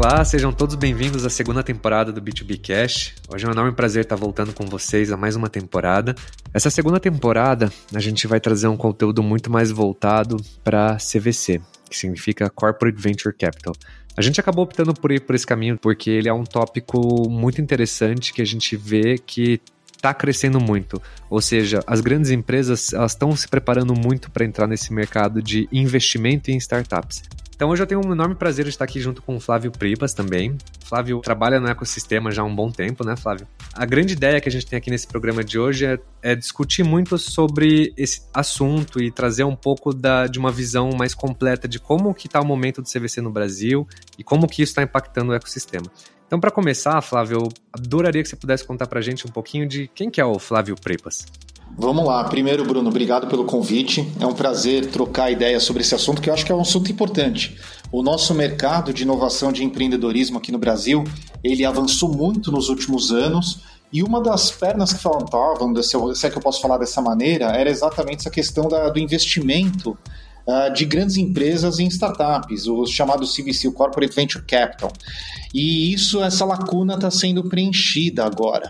Olá, sejam todos bem-vindos à segunda temporada do B2B Cash. Hoje é um enorme prazer estar voltando com vocês a mais uma temporada. Essa segunda temporada, a gente vai trazer um conteúdo muito mais voltado para CVC, que significa Corporate Venture Capital. A gente acabou optando por ir por esse caminho porque ele é um tópico muito interessante que a gente vê que está crescendo muito. Ou seja, as grandes empresas elas estão se preparando muito para entrar nesse mercado de investimento em startups. Então hoje eu tenho um enorme prazer de estar aqui junto com o Flávio Pripas também. Flávio trabalha no ecossistema já há um bom tempo, né, Flávio? A grande ideia que a gente tem aqui nesse programa de hoje é discutir muito sobre esse assunto e trazer um pouco de uma visão mais completa de como que está o momento do CVC no Brasil e como que isso está impactando o ecossistema. Então, para começar, Flávio, eu adoraria que você pudesse contar para a gente um pouquinho de quem que é o Flávio Pripas. Vamos lá. Primeiro, Bruno, obrigado pelo convite. É um prazer trocar ideias sobre esse assunto, que eu acho que é um assunto importante. O nosso mercado de inovação de empreendedorismo aqui no Brasil, ele avançou muito nos últimos anos e uma das pernas que faltavam, se é que eu posso falar dessa maneira, era exatamente essa questão do investimento de grandes empresas em startups, o chamado CVC, o Corporate Venture Capital. E essa lacuna está sendo preenchida agora.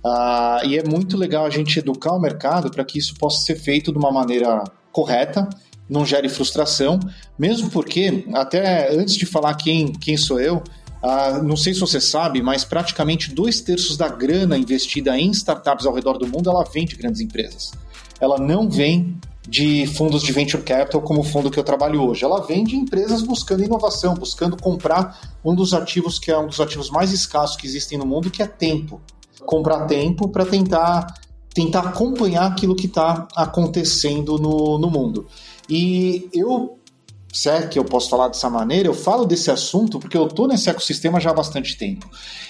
E é muito legal a gente educar o mercado para que isso possa ser feito de uma maneira correta, não gere frustração, mesmo porque, até antes de falar quem sou eu, não sei se você sabe, mas praticamente 2/3 da grana investida em startups ao redor do mundo, ela vem de grandes empresas. Ela não vem de fundos de venture capital como o fundo que eu trabalho hoje. Ela vem de empresas buscando inovação, buscando comprar um dos ativos que é um dos ativos mais escassos que existem no mundo, que é tempo. Comprar tempo para tentar acompanhar aquilo que está acontecendo no mundo. E se é que eu posso falar dessa maneira, eu falo desse assunto porque eu estou nesse ecossistema já há bastante tempo.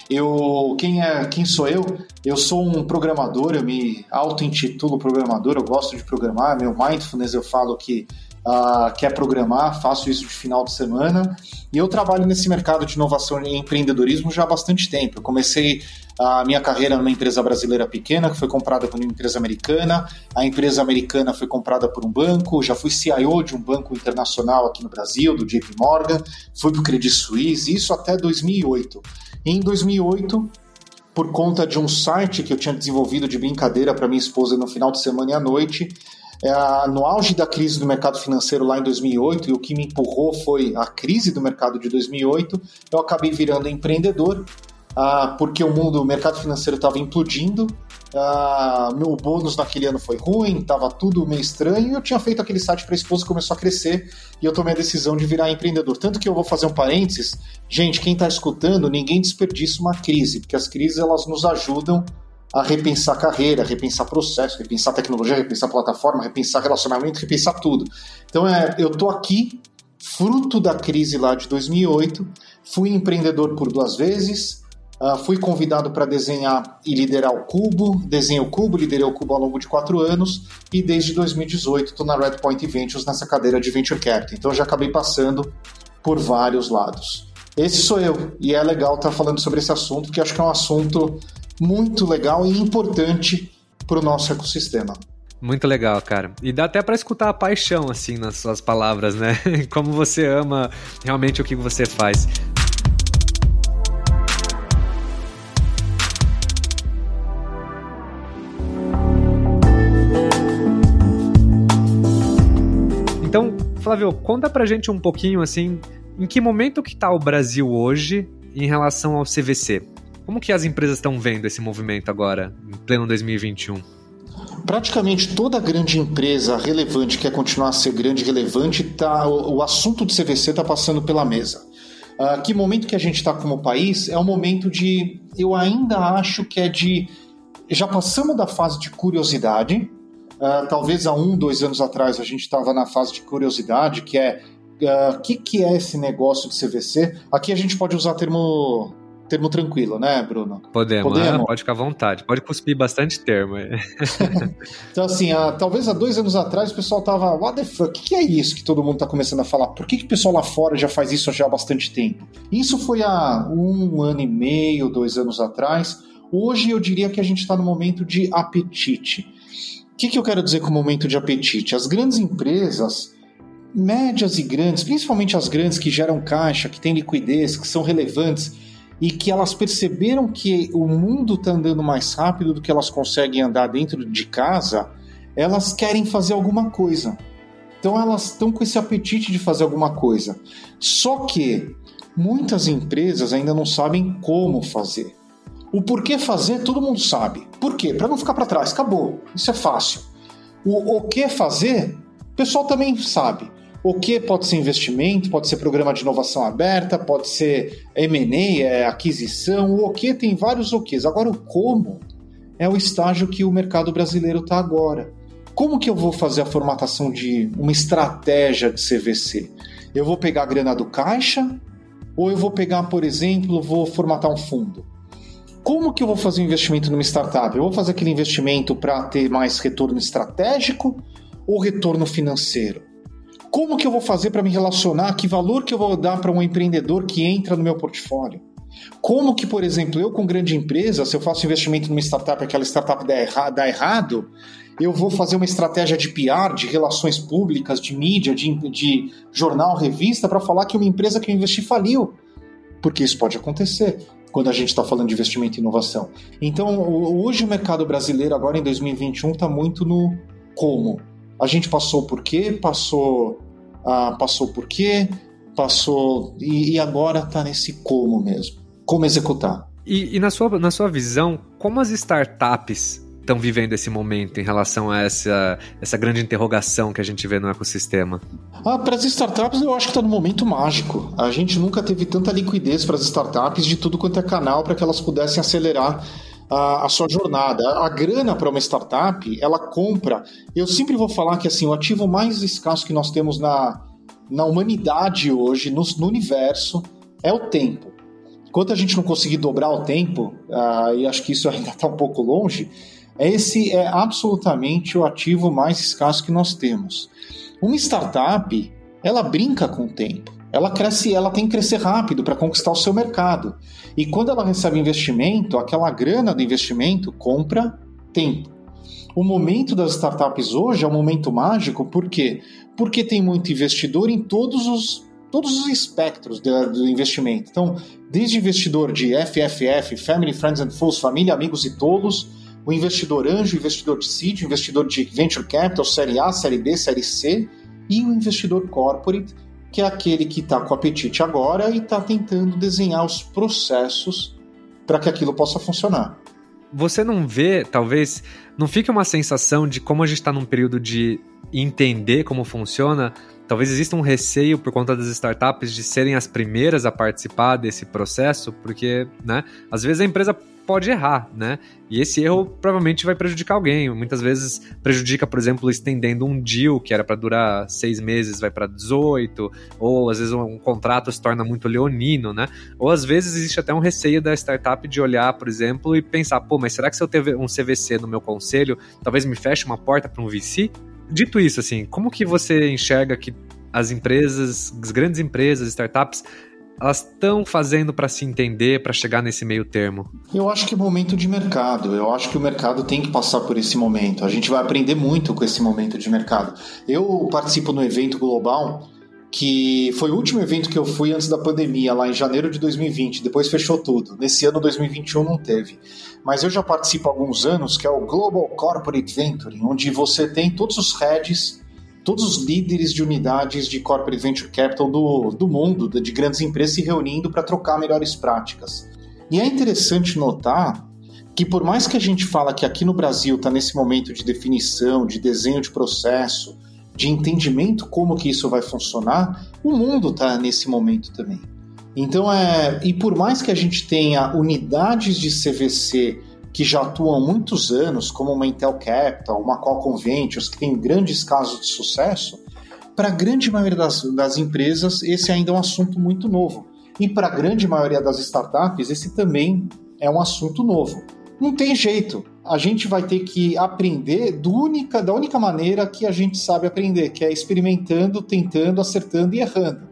Quem sou eu? Eu sou um programador, eu me auto-intitulo programador, eu gosto de programar, meu mindfulness eu falo que quer programar, faço isso de final de semana, e eu trabalho nesse mercado de inovação e empreendedorismo já há bastante tempo. Eu comecei a minha carreira numa empresa brasileira pequena, que foi comprada por uma empresa americana, a empresa americana foi comprada por um banco, já fui CIO de um banco internacional aqui no Brasil, do JP Morgan, fui para o Credit Suisse, isso até 2008. E em 2008, por conta de um site que eu tinha desenvolvido de brincadeira para minha esposa no final de semana e à noite, no auge da crise do mercado financeiro lá em 2008, e o que me empurrou foi a crise do mercado de 2008, eu acabei virando empreendedor, porque o mercado financeiro estava implodindo, meu bônus naquele ano foi ruim, estava tudo meio estranho, e eu tinha feito aquele site para a esposa, começou a crescer, e eu tomei a decisão de virar empreendedor. Tanto que eu vou fazer um parênteses, gente, quem está escutando, ninguém desperdiça uma crise, porque as crises elas nos ajudam a repensar carreira, repensar processo, repensar tecnologia, repensar plataforma, repensar relacionamento, repensar tudo. Então eu estou aqui, fruto da crise lá de 2008, fui empreendedor por 2 vezes, fui convidado para desenhar e liderar o Cubo, desenhei o Cubo, liderei o Cubo ao longo de 4 anos, e desde 2018 estou na Redpoint Ventures nessa cadeira de Venture Capital. Então eu já acabei passando por vários lados. Esse sou eu, e é legal estar falando sobre esse assunto, porque acho que é um assunto muito legal e importante para o nosso ecossistema. Muito legal, cara. E dá até para escutar a paixão, assim, nas suas palavras, né? Como você ama realmente o que você faz. Então, Flávio, conta pra gente um pouquinho, assim, em que momento que tá o Brasil hoje em relação ao CVC? Como que as empresas estão vendo esse movimento agora, em pleno 2021? Praticamente toda grande empresa relevante que quer continuar a ser grande e relevante, o assunto do CVC está passando pela mesa. Que momento que a gente está como país é um momento eu ainda acho que já passamos da fase de curiosidade, talvez há 1-2 anos atrás a gente estava na fase de curiosidade, que é o que é esse negócio de CVC? Aqui a gente pode usar termo tranquilo, né, Bruno? Podemos? Pode ficar à vontade. Pode cuspir bastante termo. Então, assim, talvez há 2 anos atrás o pessoal tava, what the fuck, o que é isso que todo mundo tá começando a falar? Por que o pessoal lá fora já faz isso já há bastante tempo? Isso foi há 1 ano e meio, 2 anos atrás. Hoje eu diria que a gente está no momento de apetite. O que eu quero dizer com o momento de apetite? As grandes empresas médias e grandes, principalmente as grandes que geram caixa, que têm liquidez, que são relevantes e que elas perceberam que o mundo está andando mais rápido do que elas conseguem andar dentro de casa, elas querem fazer alguma coisa. Então elas estão com esse apetite de fazer alguma coisa. Só que muitas empresas ainda não sabem como fazer. O porquê fazer, todo mundo sabe. Por quê? Para não ficar para trás. Acabou. Isso é fácil. O que fazer, o pessoal também sabe. O que pode ser investimento, pode ser programa de inovação aberta, pode ser M&A, aquisição. O que tem vários oquês. Agora o como é o estágio que o mercado brasileiro está agora. Como que eu vou fazer a formatação de uma estratégia de CVC? Eu vou pegar a grana do caixa ou eu vou pegar, por exemplo, vou formatar um fundo? Como que eu vou fazer um investimento numa startup? Eu vou fazer aquele investimento para ter mais retorno estratégico ou retorno financeiro? Como que eu vou fazer para me relacionar? Que valor que eu vou dar para um empreendedor que entra no meu portfólio? Como que, por exemplo, eu com grande empresa, se eu faço investimento numa startup e aquela startup dá errado, eu vou fazer uma estratégia de PR, de relações públicas, de mídia, de jornal, revista, para falar que uma empresa que eu investi faliu. Porque isso pode acontecer quando a gente está falando de investimento e inovação. Então, hoje o mercado brasileiro, agora em 2021, está muito no como. A gente passou por quê? Passou por quê? E agora está nesse como mesmo. Como executar. E na sua visão, como as startups estão vivendo esse momento em relação a essa grande interrogação que a gente vê no ecossistema? Para as startups eu acho que está num momento mágico. A gente nunca teve tanta liquidez para as startups de tudo quanto é canal para que elas pudessem acelerar a sua jornada. A grana para uma startup, ela compra. Eu sempre vou falar que assim, o ativo mais escasso que nós temos na humanidade hoje, no universo, é o tempo. Enquanto a gente não conseguir dobrar o tempo, e acho que isso ainda está um pouco longe, esse é absolutamente o ativo mais escasso que nós temos. Uma startup, ela brinca com o tempo. Ela tem que crescer rápido para conquistar o seu mercado. E quando ela recebe investimento, aquela grana do investimento compra tempo. O momento das startups hoje é um momento mágico, por quê? Porque tem muito investidor em todos os espectros do investimento. Então, desde investidor de FFF, Family, Friends and Fools, família, amigos e tolos, o investidor anjo, o investidor de seed, o investidor de venture capital, série A, série B, série C, e o investidor corporate, que é aquele que está com apetite agora e está tentando desenhar os processos para que aquilo possa funcionar. Você não vê, talvez, não fica uma sensação de como a gente está num período de entender como funciona? Talvez exista um receio por conta das startups de serem as primeiras a participar desse processo, porque, né, às vezes a empresa pode errar, né? E esse erro provavelmente vai prejudicar alguém. Muitas vezes prejudica, por exemplo, estendendo um deal que era para durar 6 meses, vai para 18, ou às vezes um contrato se torna muito leonino, né? Ou às vezes existe até um receio da startup de olhar, por exemplo, e pensar, mas será que se eu ter um CVC no meu conselho, talvez me feche uma porta para um VC? Dito isso, assim, como que você enxerga que as empresas, as grandes empresas, startups, elas estão fazendo para se entender, para chegar nesse meio termo? Eu acho que é momento de mercado. Eu acho que o mercado tem que passar por esse momento. A gente vai aprender muito com esse momento de mercado. Eu participo no evento global, que foi o último evento que eu fui antes da pandemia, lá em janeiro de 2020. Depois fechou tudo. Nesse ano, 2021, não teve. Mas eu já participo há alguns anos, que é o Global Corporate Venture, onde você tem todos os heads, todos os líderes de unidades de Corporate Venture Capital do mundo, de grandes empresas, se reunindo para trocar melhores práticas. E é interessante notar que por mais que a gente fala que aqui no Brasil está nesse momento de definição, de desenho de processo, de entendimento como que isso vai funcionar, o mundo está nesse momento também. Então, e por mais que a gente tenha unidades de CVC que já atuam há muitos anos, como uma Intel Capital, uma Qualcomm Ventures, que tem grandes casos de sucesso, para a grande maioria das empresas, esse ainda é um assunto muito novo. E para a grande maioria das startups, esse também é um assunto novo. Não tem jeito. A gente vai ter que aprender da única maneira que a gente sabe aprender, que é experimentando, tentando, acertando e errando.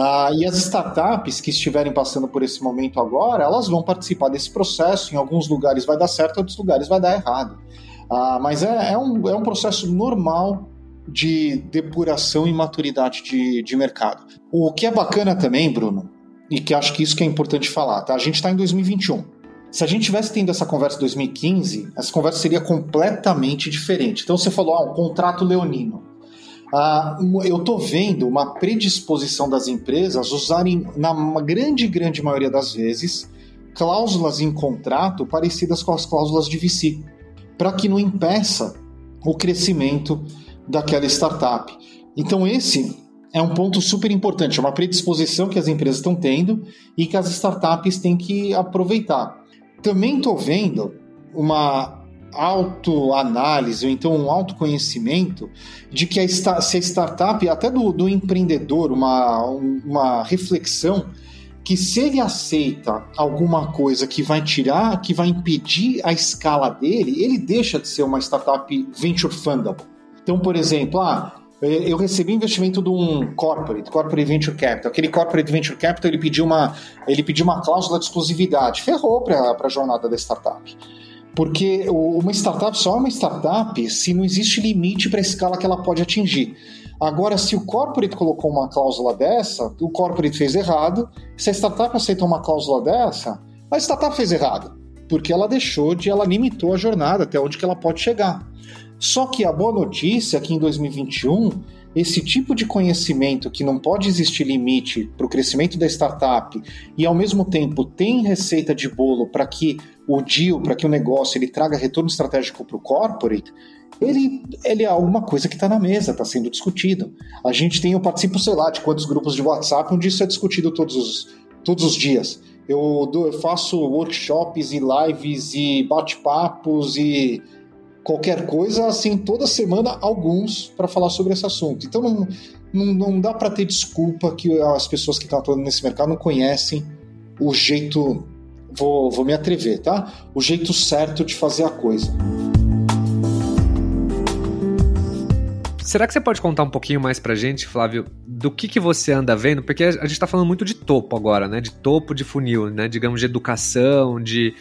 E as startups que estiverem passando por esse momento agora, elas vão participar desse processo. Em alguns lugares vai dar certo, em outros lugares vai dar errado. Mas é um processo normal de depuração e maturidade de mercado. O que é bacana também, Bruno, e que acho que isso que é importante falar, tá? A gente está em 2021. Se a gente tivesse tendo essa conversa em 2015, essa conversa seria completamente diferente. Então você falou, um contrato leonino. Eu estou vendo uma predisposição das empresas usarem, na grande maioria das vezes, cláusulas em contrato parecidas com as cláusulas de VC, para que não impeça o crescimento daquela startup. Então esse é um ponto super importante, é uma predisposição que as empresas estão tendo e que as startups têm que aproveitar. Também estou vendo uma autoanálise, ou então um autoconhecimento de que se a startup, até do empreendedor, uma reflexão, que se ele aceita alguma coisa que vai tirar, que vai impedir a escala dele, ele deixa de ser uma startup venture fundable. Então, por exemplo, eu recebi investimento de um corporate venture capital. Aquele corporate venture capital, ele pediu uma cláusula de exclusividade. Ferrou para a jornada da startup. Porque uma startup só é uma startup se não existe limite para a escala que ela pode atingir. Agora, se o corporate colocou uma cláusula dessa, o corporate fez errado. Se a startup aceitou uma cláusula dessa, a startup fez errado. Porque ela limitou a jornada até onde que ela pode chegar. Só que a boa notícia é que em 2021, esse tipo de conhecimento que não pode existir limite para o crescimento da startup e ao mesmo tempo tem receita de bolo para que o deal, para que o negócio ele traga retorno estratégico para o corporate, ele é alguma coisa que está na mesa, está sendo discutido. Eu participo, sei lá, de quantos grupos de WhatsApp onde isso é discutido todos os dias. Eu faço workshops e lives e bate-papos e qualquer coisa, assim, toda semana alguns para falar sobre esse assunto. Então não dá para ter desculpa que as pessoas que estão atuando nesse mercado não conhecem o jeito, vou me atrever, tá? O jeito certo de fazer a coisa. Será que você pode contar um pouquinho mais pra gente, Flávio, do que você anda vendo? Porque a gente tá falando muito de topo agora, né? De topo de funil, né? Digamos, de educação, de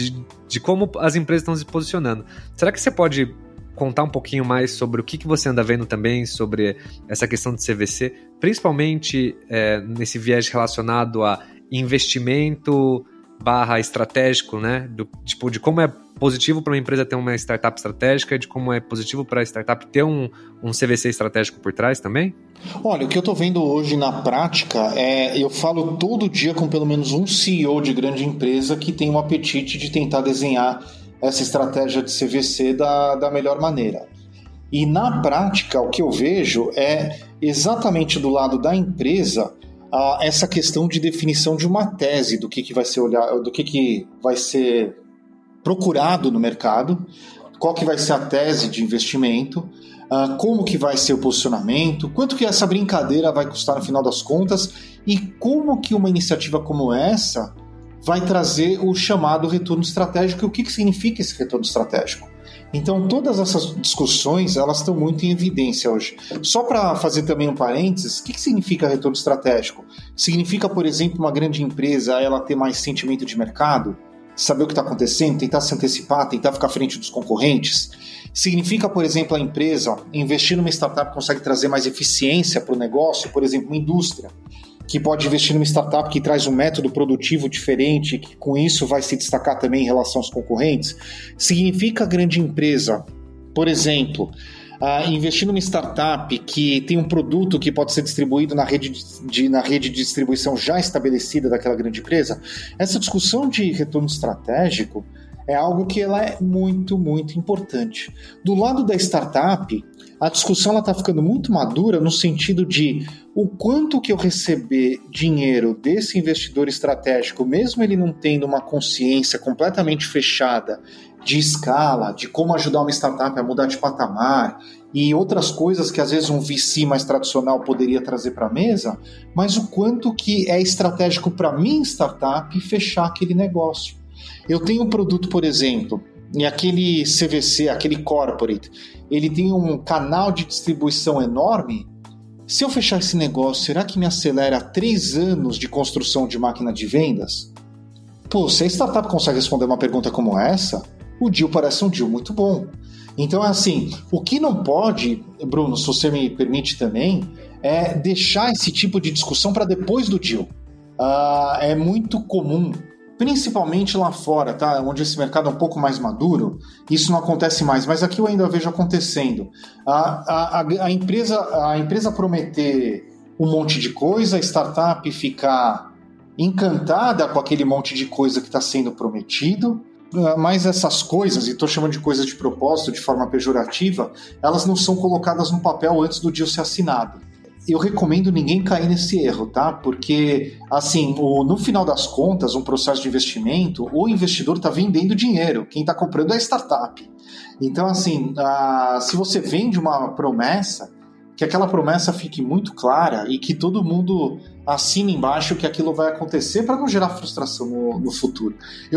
como as empresas estão se posicionando. Será que você pode contar um pouquinho mais sobre o que você anda vendo também sobre essa questão de CVC, principalmente nesse viés relacionado a investimento /estratégico, né? De como é positivo para uma empresa ter uma startup estratégica, de como é positivo para a startup ter um CVC estratégico por trás também? Olha, o que eu estou vendo hoje na prática eu falo todo dia com pelo menos um CEO de grande empresa que tem um apetite de tentar desenhar essa estratégia de CVC da melhor maneira. E na prática, o que eu vejo é exatamente do lado da empresa essa questão de definição de uma tese do que vai ser do que vai ser procurado no mercado, qual que vai ser a tese de investimento, como que vai ser o posicionamento, quanto que essa brincadeira vai custar no final das contas e como que uma iniciativa como essa vai trazer o chamado retorno estratégico e o que significa esse retorno estratégico. Então, todas essas discussões, elas estão muito em evidência hoje. Só para fazer também um parênteses, o que significa retorno estratégico? Significa, por exemplo, uma grande empresa ela ter mais sentimento de mercado, saber o que está acontecendo, tentar se antecipar, tentar ficar à frente dos concorrentes? Significa, por exemplo, a empresa investir numa startup que consegue trazer mais eficiência para o negócio, por exemplo, uma indústria, que pode investir numa startup que traz um método produtivo diferente, que com isso vai se destacar também em relação aos concorrentes? Significa a grande empresa, por exemplo, investir numa startup que tem um produto que pode ser distribuído na rede de distribuição já estabelecida daquela grande empresa? Essa discussão de retorno estratégico é algo que ela é muito, muito importante. Do lado da startup, a discussão está ficando muito madura no sentido de o quanto que eu receber dinheiro desse investidor estratégico, mesmo ele não tendo uma consciência completamente fechada de escala, de como ajudar uma startup a mudar de patamar e outras coisas que às vezes um VC mais tradicional poderia trazer para a mesa, mas o quanto que é estratégico para mim, startup, fechar aquele negócio. Eu tenho um produto, por exemplo, e aquele CVC, aquele corporate, ele tem um canal de distribuição enorme. Se eu fechar esse negócio, será que me acelera 3 anos de construção de máquina de vendas? Pô, se a startup consegue responder uma pergunta como essa, o deal parece um deal muito bom. Então, assim, o que não pode, Bruno, se você me permite também, é deixar esse tipo de discussão para depois do deal. É muito comum, principalmente lá fora, tá? Onde esse mercado é um pouco mais maduro, isso não acontece mais, mas aqui eu ainda vejo acontecendo. A empresa prometer um monte de coisa, a startup ficar encantada com aquele monte de coisa que está sendo prometido, mas essas coisas, e estou chamando de coisa de propósito, de forma pejorativa, elas não são colocadas no papel antes do deal ser assinado. Eu recomendo ninguém cair nesse erro, tá? Porque, assim, no final das contas, um processo de investimento, o investidor está vendendo dinheiro, quem está comprando é a startup. Então, assim, se você vende uma promessa, que aquela promessa fique muito clara e que todo mundo assine embaixo que aquilo vai acontecer para não gerar frustração no futuro.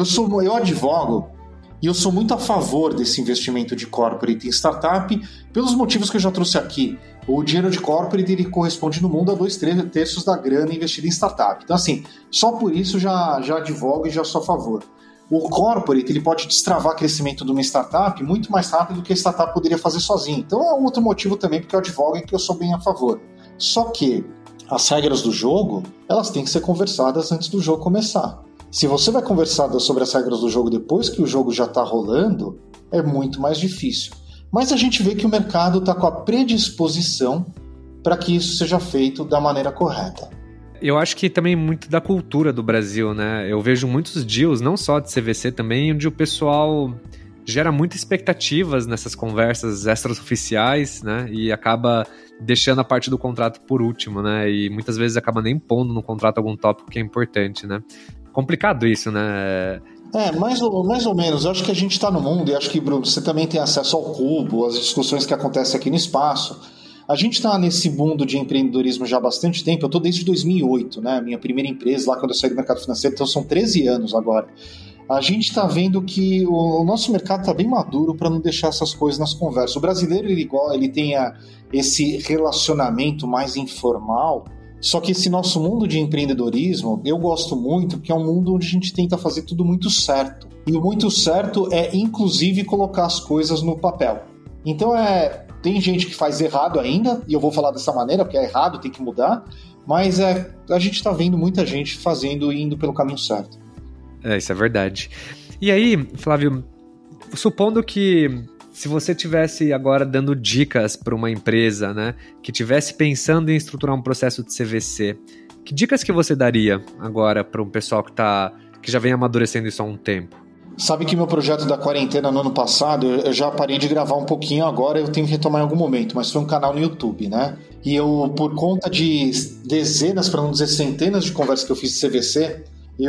Eu advogo e eu sou muito a favor desse investimento de corporate em startup pelos motivos que eu já trouxe aqui. O dinheiro de corporate ele corresponde no mundo a 2/3 da grana investida em startup. Então, assim, só por isso já advogo e já sou a favor. O corporate ele pode destravar crescimento de uma startup muito mais rápido do que a startup poderia fazer sozinha. Então é um outro motivo também porque eu advogo e que eu sou bem a favor. Só que as regras do jogo, elas têm que ser conversadas antes do jogo começar. Se você vai conversar sobre as regras do jogo depois que o jogo já está rolando, é muito mais difícil. Mas a gente vê que o mercado está com a predisposição para que isso seja feito da maneira correta. Eu acho que também muito da cultura do Brasil, né? Eu vejo muitos deals, não só de CVC também, onde o pessoal gera muitas expectativas nessas conversas extraoficiais, né? E acaba deixando a parte do contrato por último, né? E muitas vezes acaba nem pondo no contrato algum tópico que é importante, né? Complicado isso, né? Mais ou menos. Eu acho que a gente está no mundo, e acho que, Bruno, você também tem acesso ao Cubo, às discussões que acontecem aqui no espaço. A gente está nesse mundo de empreendedorismo já há bastante tempo. Eu estou desde 2008, né? Minha primeira empresa, lá quando eu saí do mercado financeiro, então são 13 anos agora. A gente está vendo que o nosso mercado está bem maduro para não deixar essas coisas nas conversas. O brasileiro ele tem esse relacionamento mais informal, só que esse nosso mundo de empreendedorismo, eu gosto muito, porque é um mundo onde a gente tenta fazer tudo muito certo. E o muito certo é, inclusive, colocar as coisas no papel. Então, tem gente que faz errado ainda, e eu vou falar dessa maneira, porque é errado, tem que mudar, mas a gente está vendo muita gente fazendo e indo pelo caminho certo. Isso é verdade. E aí, Flávio, supondo que se você tivesse agora dando dicas para uma empresa, né, que tivesse pensando em estruturar um processo de CVC, que dicas que você daria agora para um pessoal que já vem amadurecendo isso há um tempo? Sabe que meu projeto da quarentena no ano passado, eu já parei de gravar um pouquinho agora, eu tenho que retomar em algum momento, mas foi um canal no YouTube, né? E eu, por conta de dezenas, para não dizer centenas de conversas que eu fiz de CVC,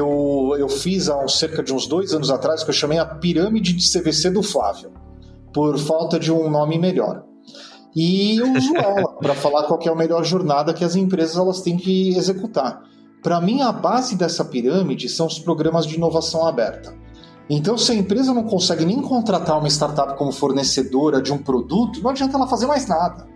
eu fiz há cerca de uns 2 anos atrás, que eu chamei a pirâmide de CVC do Flávio, por falta de um nome melhor. E eu uso ela para falar qual que é a melhor jornada que as empresas elas têm que executar. Para mim, a base dessa pirâmide são os programas de inovação aberta. Então, se a empresa não consegue nem contratar uma startup como fornecedora de um produto, não adianta ela fazer mais nada.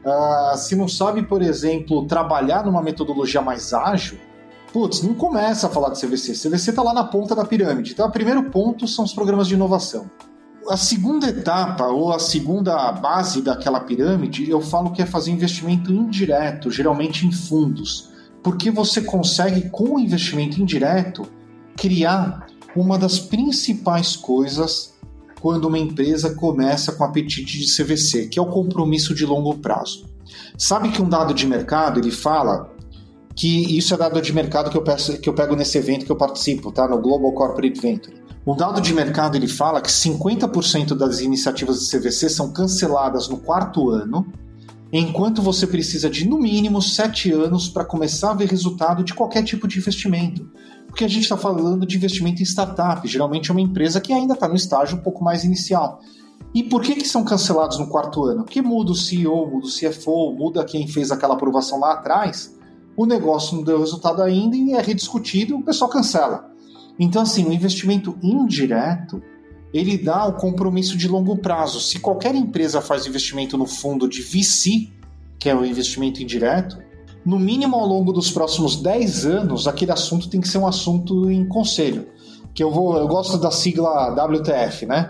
Se não sabe, por exemplo, trabalhar numa metodologia mais ágil, não começa a falar de CVC. CVC está lá na ponta da pirâmide. Então, o primeiro ponto são os programas de inovação. A segunda etapa, ou a segunda base daquela pirâmide, eu falo que é fazer investimento indireto, geralmente em fundos. Porque você consegue, com o investimento indireto, criar uma das principais coisas quando uma empresa começa com apetite de CVC, que é o compromisso de longo prazo. Sabe que um dado de mercado, ele fala que isso é dado de mercado que eu pego nesse evento que eu participo, tá? No Global Corporate Venture. O dado de mercado, ele fala que 50% das iniciativas de CVC são canceladas no 4º ano, enquanto você precisa de, no mínimo, 7 anos para começar a ver resultado de qualquer tipo de investimento. Porque a gente está falando de investimento em startup, geralmente é uma empresa que ainda está no estágio um pouco mais inicial. E por que são cancelados no 4º ano? Porque muda o CEO, muda o CFO, muda quem fez aquela aprovação lá atrás, o negócio não deu resultado ainda e é rediscutido, o pessoal cancela. Então, assim, o investimento indireto, ele dá o compromisso de longo prazo. Se qualquer empresa faz investimento no fundo de VC, que é o investimento indireto, no mínimo ao longo dos próximos 10 anos, aquele assunto tem que ser um assunto em conselho. Que eu gosto da sigla WTF, né?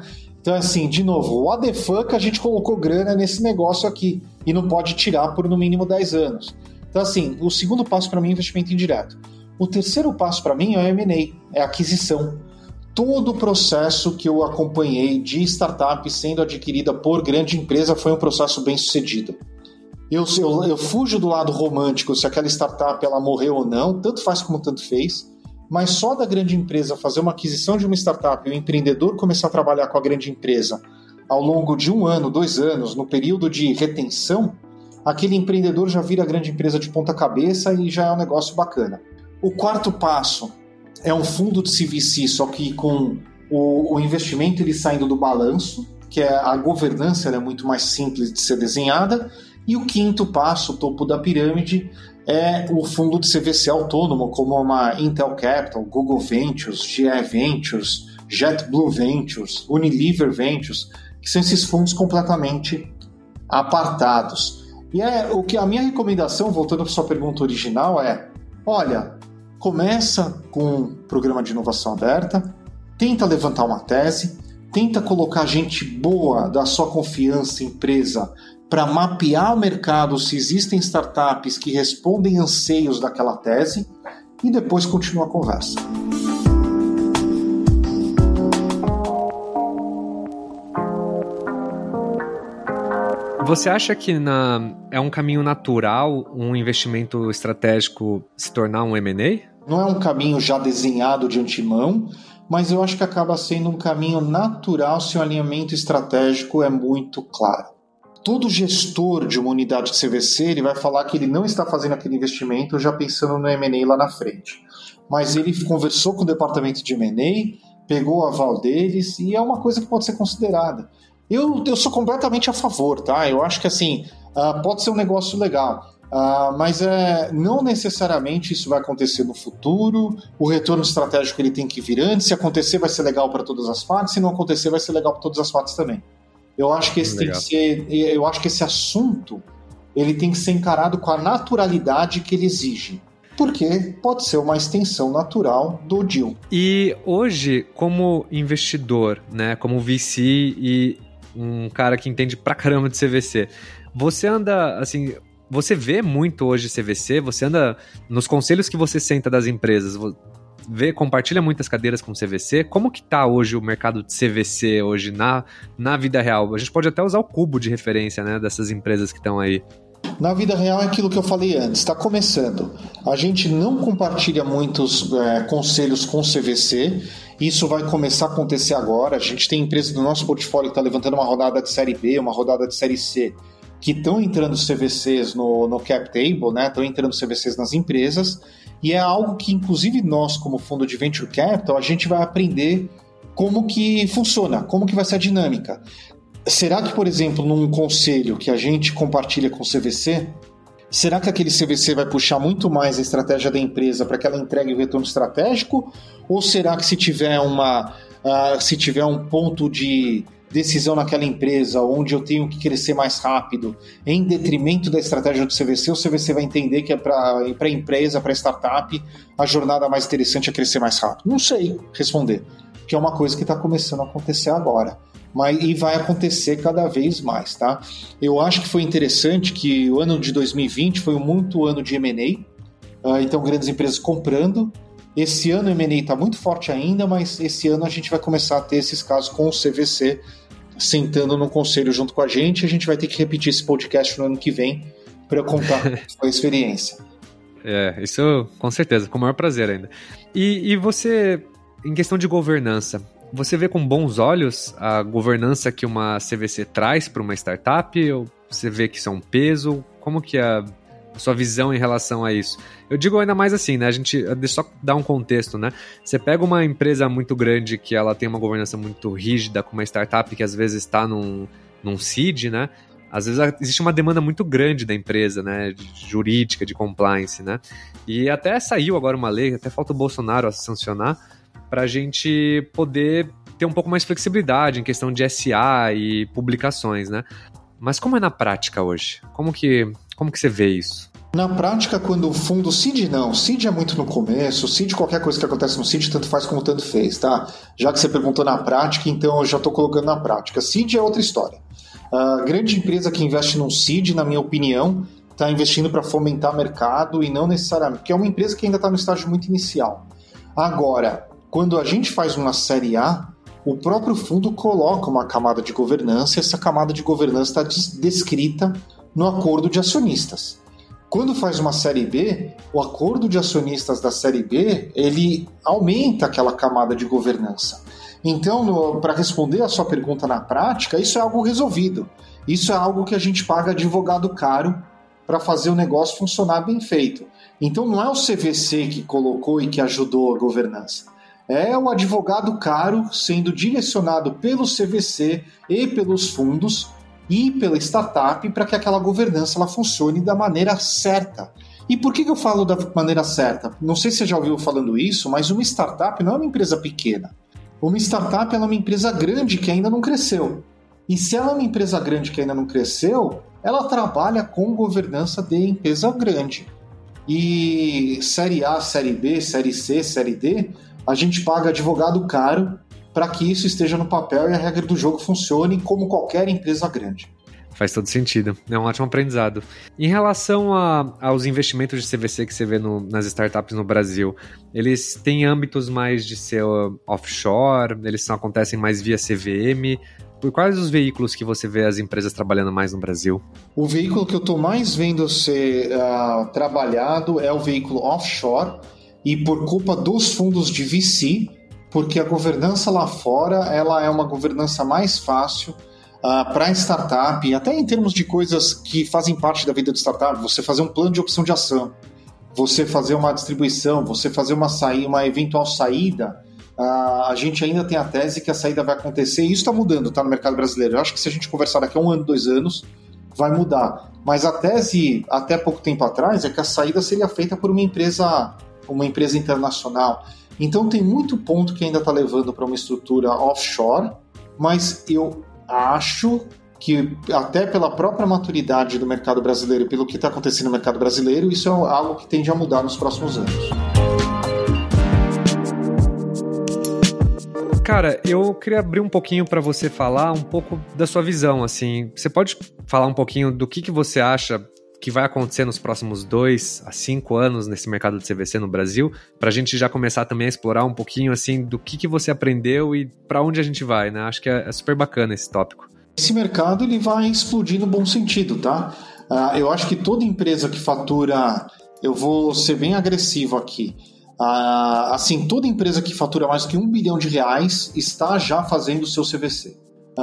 Então, assim, de novo, what the fuck, a gente colocou grana nesse negócio aqui e não pode tirar por no mínimo 10 anos. Então, assim, o segundo passo para mim é investimento indireto. O terceiro passo para mim é o M&A, é a aquisição. Todo o processo que eu acompanhei de startup sendo adquirida por grande empresa foi um processo bem sucedido. Eu fujo do lado romântico se aquela startup ela morreu ou não, tanto faz como tanto fez, mas só da grande empresa fazer uma aquisição de uma startup e o empreendedor começar a trabalhar com a grande empresa ao longo de 1 ano, 2 anos, no período de retenção, aquele empreendedor já vira a grande empresa de ponta cabeça e já é um negócio bacana. O quarto passo é um fundo de CVC, só que com o investimento ele saindo do balanço, que é a governança é muito mais simples de ser desenhada. E o quinto passo, o topo da pirâmide, é o fundo de CVC autônomo, como uma Intel Capital, Google Ventures, GE Ventures, JetBlue Ventures, Unilever Ventures, que são esses fundos completamente apartados. E o que a minha recomendação, voltando para sua pergunta original, é: olha, começa com um programa de inovação aberta, tenta levantar uma tese, tenta colocar gente boa da sua confiança, empresa, para mapear o mercado se existem startups que respondem anseios daquela tese e depois continua a conversa. Você acha que é um caminho natural um investimento estratégico se tornar um M&A? Não é um caminho já desenhado de antemão, mas eu acho que acaba sendo um caminho natural se o alinhamento estratégico é muito claro. Todo gestor de uma unidade de CVC ele vai falar que ele não está fazendo aquele investimento já pensando no M&A lá na frente. Mas ele conversou com o departamento de M&A, pegou o aval deles e é uma coisa que pode ser considerada. Eu sou completamente a favor, tá? Eu acho que assim, pode ser um negócio legal. Mas não necessariamente isso vai acontecer no futuro. O retorno estratégico ele tem que vir antes. Se acontecer vai ser legal para todas as partes, se não acontecer vai ser legal para todas as partes também. Eu acho que esse assunto ele tem que ser encarado com a naturalidade que ele exige, porque pode ser uma extensão natural do deal. E hoje, como investidor, né, como VC e um cara que entende pra caramba de CVC, você anda assim, você vê muito hoje CVC, você anda nos conselhos que você senta das empresas, compartilha muitas cadeiras com CVC. Como que tá hoje o mercado de CVC hoje na vida real? A gente pode até usar o Cubo de referência, né, dessas empresas que estão aí. Na vida real é aquilo que eu falei antes, está começando. A gente não compartilha muitos conselhos com CVC, isso vai começar a acontecer agora. A gente tem empresas do nosso portfólio que está levantando uma rodada de série B, uma rodada de série C, que estão entrando CVCs no cap table, né? Estão entrando CVCs nas empresas, e é algo que, inclusive, nós, como fundo de Venture Capital, a gente vai aprender como que funciona, como que vai ser a dinâmica. Será que, por exemplo, num conselho que a gente compartilha com o CVC, será que aquele CVC vai puxar muito mais a estratégia da empresa para que ela entregue o retorno estratégico? Ou será que se tiver um ponto de decisão naquela empresa onde eu tenho que crescer mais rápido em detrimento da estratégia do CVC, o CVC vai entender que é para a empresa, para a startup, a jornada mais interessante é crescer mais rápido? Não sei responder, que é uma coisa que está começando a acontecer agora. E vai acontecer cada vez mais, tá? Eu acho que foi interessante que o ano de 2020 foi muito ano de M&A, então grandes empresas comprando. Esse ano o M&A está muito forte ainda, mas esse ano a gente vai começar a ter esses casos com o CVC sentando no conselho junto com a gente. A gente vai ter que repetir esse podcast no ano que vem para eu contar a experiência. Isso com certeza, com o maior prazer ainda. E você, em questão de governança, você vê com bons olhos a governança que uma CVC traz para uma startup? Ou você vê que isso é um peso? Como que é a sua visão em relação a isso? Eu digo ainda mais assim, né? Deixa eu só dar um contexto, né? Você pega uma empresa muito grande que ela tem uma governança muito rígida, com uma startup que às vezes está num seed, né? Às vezes existe uma demanda muito grande da empresa, né? Jurídica, de compliance, né? E até saiu agora uma lei, até falta o Bolsonaro a sancionar, para a gente poder ter um pouco mais de flexibilidade em questão de SA e publicações, né? Mas como é na prática hoje? Como que você vê isso? Na prática, quando o fundo seed não, seed é muito no começo, seed qualquer coisa que acontece no seed tanto faz como tanto fez, tá? Já que você perguntou na prática, então eu já estou colocando na prática. Seed é outra história. A grande empresa que investe num seed, na minha opinião, está investindo para fomentar mercado e não necessariamente, porque é uma empresa que ainda está no estágio muito inicial. Agora, quando a gente faz uma série A, o próprio fundo coloca uma camada de governança e essa camada de governança está descrita no acordo de acionistas. Quando faz uma série B, o acordo de acionistas da série B, ele aumenta aquela camada de governança. Então, para responder a sua pergunta na prática, isso é algo resolvido. Isso é algo que a gente paga advogado caro para fazer o negócio funcionar bem feito. Então, não é o CVC que colocou e que ajudou a governança. É o advogado caro sendo direcionado pelo CVC e pelos fundos e pela startup para que aquela governança ela funcione da maneira certa. E por que eu falo da maneira certa? Não sei se você já ouviu falando isso, mas uma startup não é uma empresa pequena. Uma startup é uma empresa grande que ainda não cresceu. E se ela é uma empresa grande que ainda não cresceu, ela trabalha com governança de empresa grande. E série A, série B, série C, série D, a gente paga advogado caro para que isso esteja no papel e a regra do jogo funcione como qualquer empresa grande. Faz todo sentido. É um ótimo aprendizado. Em relação aos investimentos de CVC que você vê nas startups no Brasil, eles têm âmbitos mais de ser offshore? Eles acontecem mais via CVM? Por quais os veículos que você vê as empresas trabalhando mais no Brasil? O veículo que eu estou mais vendo ser trabalhado é o veículo offshore e por culpa dos fundos de VC, porque a governança lá fora ela é uma governança mais fácil para startup, até em termos de coisas que fazem parte da vida de startup, você fazer um plano de opção de ação, você fazer uma distribuição, você fazer uma eventual saída, a gente ainda tem a tese que a saída vai acontecer, e isso está mudando, tá, no mercado brasileiro. Eu acho que se a gente conversar daqui a 1 ano, 2 anos, vai mudar. Mas a tese, até pouco tempo atrás, é que a saída seria feita por uma empresa internacional. Então tem muito ponto que ainda está levando para uma estrutura offshore, mas eu acho que até pela própria maturidade do mercado brasileiro e pelo que está acontecendo no mercado brasileiro, isso é algo que tende a mudar nos próximos anos. Cara, eu queria abrir um pouquinho para você falar um pouco da sua visão, assim. Você pode falar um pouquinho do que você acha que vai acontecer nos próximos 2 a 5 anos nesse mercado de CVC no Brasil, para a gente já começar também a explorar um pouquinho assim do que você aprendeu e para onde a gente vai, né? Acho que é super bacana esse tópico. Esse mercado ele vai explodir no bom sentido, tá? Eu acho que toda empresa que fatura, eu vou ser bem agressivo aqui, assim, toda empresa que fatura mais do que R$1 bilhão está já fazendo o seu CVC.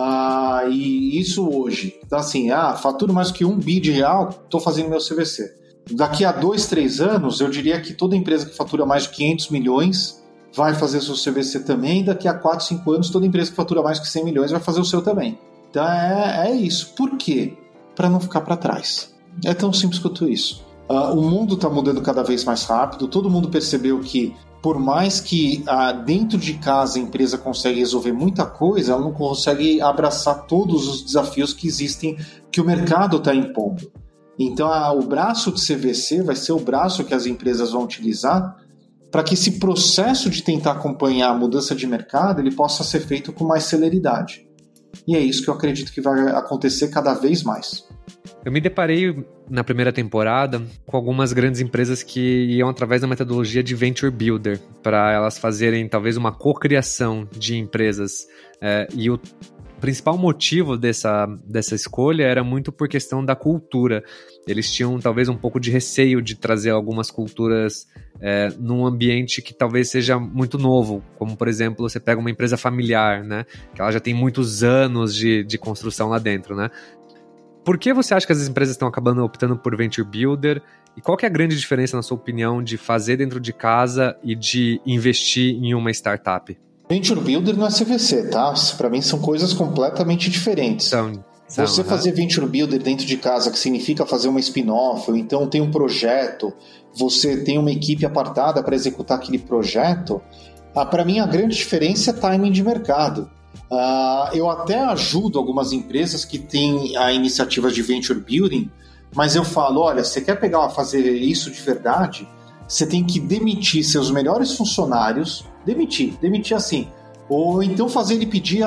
E isso hoje. Então, assim, faturo mais que R$1 bilhão, estou fazendo meu CVC. Daqui a 2, 3 anos, eu diria que toda empresa que fatura mais de 500 milhões vai fazer seu CVC também. Daqui a 4, 5 anos, toda empresa que fatura mais que 100 milhões vai fazer o seu também. Então, é isso. Por quê? Para não ficar para trás. É tão simples quanto isso. O mundo está mudando cada vez mais rápido. Todo mundo percebeu que por mais que dentro de casa a empresa consegue resolver muita coisa, ela não consegue abraçar todos os desafios que existem, que o mercado está impondo. Então, o braço de CVC vai ser o braço que as empresas vão utilizar para que esse processo de tentar acompanhar a mudança de mercado ele possa ser feito com mais celeridade. E é isso que eu acredito que vai acontecer cada vez mais. Eu me deparei na primeira temporada com algumas grandes empresas que iam através da metodologia de Venture Builder, para elas fazerem talvez uma cocriação de empresas. E o principal motivo dessa escolha era muito por questão da cultura. Eles tinham talvez um pouco de receio de trazer algumas culturas num ambiente que talvez seja muito novo, como por exemplo, você pega uma empresa familiar, né, que ela já tem muitos anos de construção lá dentro, né? Por que você acha que as empresas estão acabando optando por Venture Builder? E qual que é a grande diferença, na sua opinião, de fazer dentro de casa e de investir em uma startup? Venture Builder não é CVC, tá? Para mim são coisas completamente diferentes. Você fazer Venture Builder dentro de casa, que significa fazer uma spin-off, ou então tem um projeto, você tem uma equipe apartada para executar aquele projeto, para mim a grande diferença é timing de mercado. Eu até ajudo algumas empresas que têm iniciativas de Venture Building mas eu falo, olha, você quer fazer isso de verdade, você tem que demitir seus melhores funcionários, demitir assim, ou então fazer ele pedir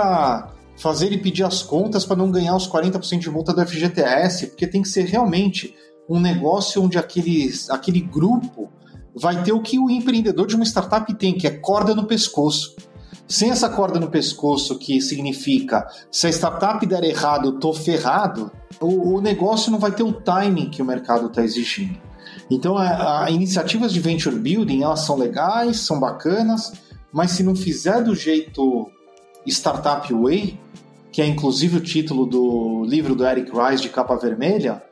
as contas para não ganhar os 40% de multa do FGTS, porque tem que ser realmente um negócio onde aquele grupo vai ter o que o empreendedor de uma startup tem, que é corda no pescoço. Sem essa corda no pescoço, que significa, se a startup der errado, eu tô ferrado, o negócio não vai ter o timing que o mercado está exigindo. Então, iniciativas de venture building, elas são legais, são bacanas, mas se não fizer do jeito Startup Way, que é inclusive o título do livro do Eric Rice de capa vermelha,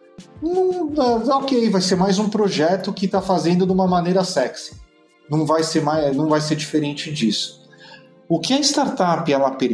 ok, vai ser mais um projeto que está fazendo de uma maneira sexy. Não vai ser diferente disso. O que a startup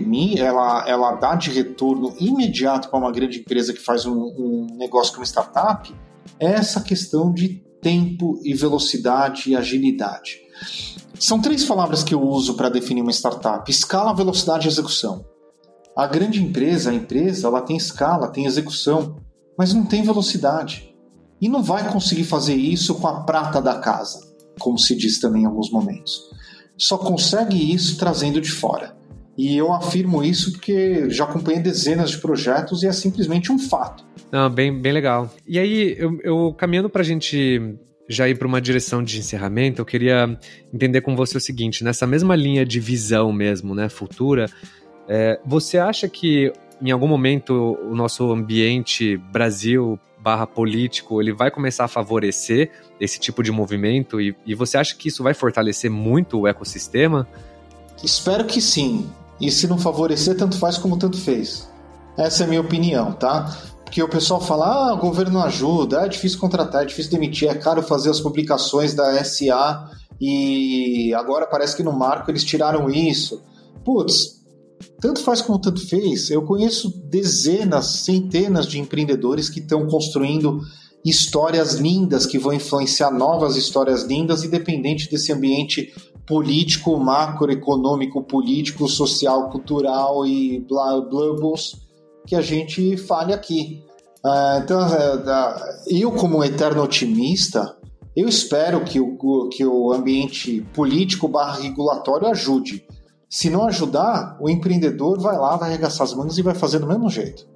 ela dá de retorno imediato para uma grande empresa que faz um negócio como startup é essa questão de tempo e velocidade e agilidade. São 3 palavras que eu uso para definir uma startup: escala, velocidade e execução. A grande empresa, ela tem escala, tem execução, mas não tem velocidade. E não vai conseguir fazer isso com a prata da casa, como se diz também em alguns momentos. Só consegue isso trazendo de fora. E eu afirmo isso porque já acompanhei dezenas de projetos e é simplesmente um fato. Não, bem legal. E aí, eu caminhando para a gente já ir para uma direção de encerramento, eu queria entender com você o seguinte: nessa mesma linha de visão mesmo, né, futura, você acha que em algum momento o nosso ambiente Brasil/político ele vai começar a favorecer esse tipo de movimento e você acha que isso vai fortalecer muito o ecossistema? Espero que sim. E se não favorecer, tanto faz como tanto fez. Essa é a minha opinião, tá? Porque o pessoal fala, o governo não ajuda, é difícil contratar, é difícil demitir, é caro fazer as publicações da SA e agora parece que no marco eles tiraram isso. Putz, tanto faz como tanto fez. Eu conheço dezenas, centenas de empreendedores que estão construindo histórias lindas, que vão influenciar novas histórias lindas, independente desse ambiente político, macroeconômico, político, social, cultural e blubbles que a gente fale aqui. Então, eu, como um eterno otimista, eu espero que o ambiente político/regulatório ajude. Se não ajudar, o empreendedor vai lá, vai arregaçar as mangas e vai fazer do mesmo jeito.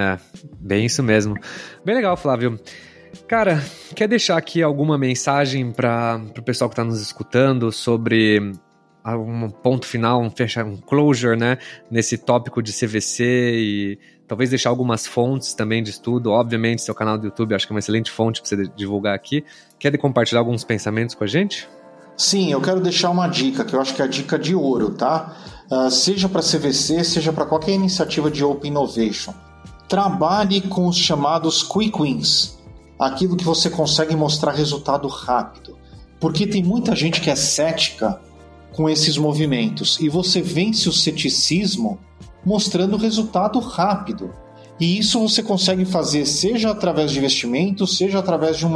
Bem isso mesmo. Bem legal, Flávio. Cara, quer deixar aqui alguma mensagem para o pessoal que está nos escutando sobre um ponto final, um closure, né, nesse tópico de CVC e talvez deixar algumas fontes também de estudo? Obviamente, seu canal do YouTube acho que é uma excelente fonte para você divulgar aqui. Quer compartilhar alguns pensamentos com a gente? Sim, eu quero deixar uma dica, que eu acho que é a dica de ouro, tá? Seja para CVC, seja para qualquer iniciativa de Open Innovation. Trabalhe com os chamados Quick Wins, aquilo que você consegue mostrar resultado rápido. Porque tem muita gente que é cética com esses movimentos, e você vence o ceticismo mostrando resultado rápido. E isso você consegue fazer seja através de investimentos, seja através de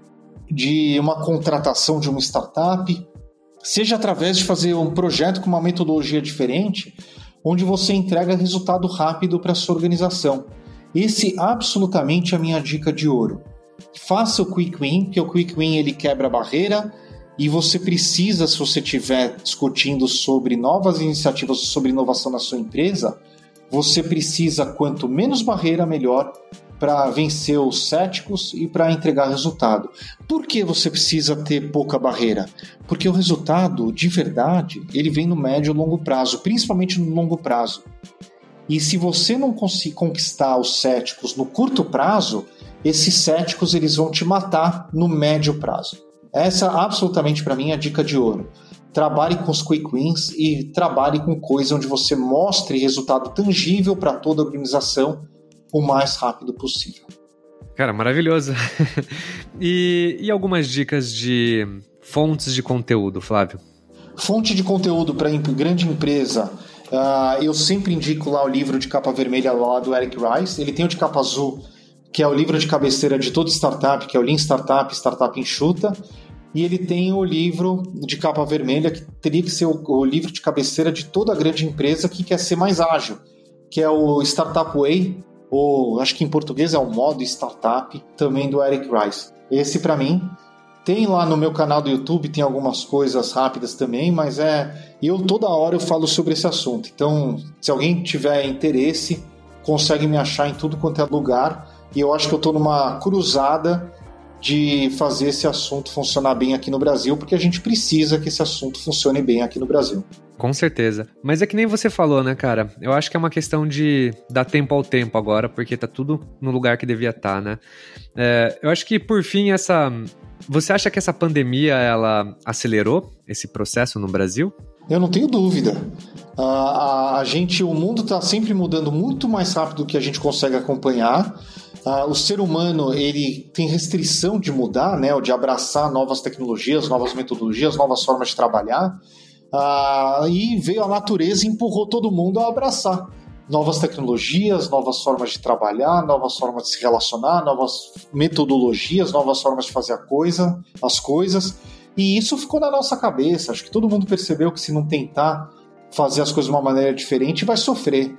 uma contratação de uma startup, seja através de fazer um projeto com uma metodologia diferente, onde você entrega resultado rápido para a sua organização. Esse absolutamente é a minha dica de ouro. Faça o Quick Win, porque o Quick Win ele quebra a barreira e você precisa, se você estiver discutindo sobre novas iniciativas, sobre inovação na sua empresa, você precisa, quanto menos barreira, melhor, para vencer os céticos e para entregar resultado. Por que você precisa ter pouca barreira? Porque o resultado, de verdade, ele vem no médio e longo prazo, principalmente no longo prazo. E se você não conseguir conquistar os céticos no curto prazo, esses céticos eles vão te matar no médio prazo. Essa, absolutamente, para mim, é a dica de ouro. Trabalhe com os Quick Wins e trabalhe com coisa onde você mostre resultado tangível para toda a organização o mais rápido possível. Cara, maravilhoso. E algumas dicas de fontes de conteúdo, Flávio? Fonte de conteúdo para grande empresa. Eu sempre indico lá o livro de capa vermelha lá do Eric Rice. Ele tem o de capa azul, que é o livro de cabeceira de toda startup, que é o Lean Startup, Startup Enxuta. E ele tem o livro de capa vermelha, que teria que ser o livro de cabeceira de toda grande empresa que quer ser mais ágil, que é o Startup Way, ou acho que em português é o Modo Startup, também do Eric Rice. Esse para mim. Tem lá no meu canal do YouTube, tem algumas coisas rápidas também, mas eu toda hora eu falo sobre esse assunto. Então, se alguém tiver interesse, consegue me achar em tudo quanto é lugar. E eu acho que eu estou numa cruzada de fazer esse assunto funcionar bem aqui no Brasil, porque a gente precisa que esse assunto funcione bem aqui no Brasil. Com certeza. Mas é que nem você falou, né, cara? Eu acho que é uma questão de dar tempo ao tempo agora, porque tá tudo no lugar que devia estar, né? Eu acho que, por fim, você acha que essa pandemia, ela acelerou esse processo no Brasil? Eu não tenho dúvida. O mundo está sempre mudando muito mais rápido do que a gente consegue acompanhar. O ser humano, ele tem restrição de mudar, né, ou de abraçar novas tecnologias, novas metodologias, novas formas de trabalhar. E veio a natureza e empurrou todo mundo a abraçar novas tecnologias, novas formas de trabalhar, novas formas de se relacionar, novas metodologias, novas formas de fazer as coisas. E isso ficou na nossa cabeça. Acho que todo mundo percebeu que se não tentar fazer as coisas de uma maneira diferente, vai sofrer.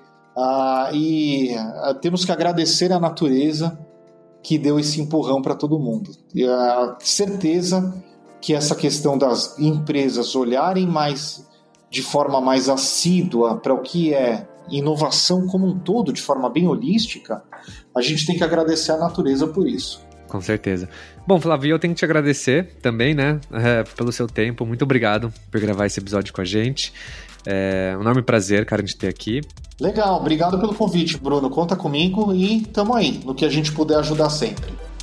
Temos que agradecer à natureza que deu esse empurrão para todo mundo. E a certeza que essa questão das empresas olharem de forma mais assídua para o que é inovação como um todo, de forma bem holística, a gente tem que agradecer à natureza por isso. Com certeza. Bom, Flávio, eu tenho que te agradecer também, né, pelo seu tempo. Muito obrigado por gravar esse episódio com a gente. É um enorme prazer, cara, de ter aqui. Legal, obrigado pelo convite, Bruno. Conta comigo e tamo aí, no que a gente puder ajudar sempre.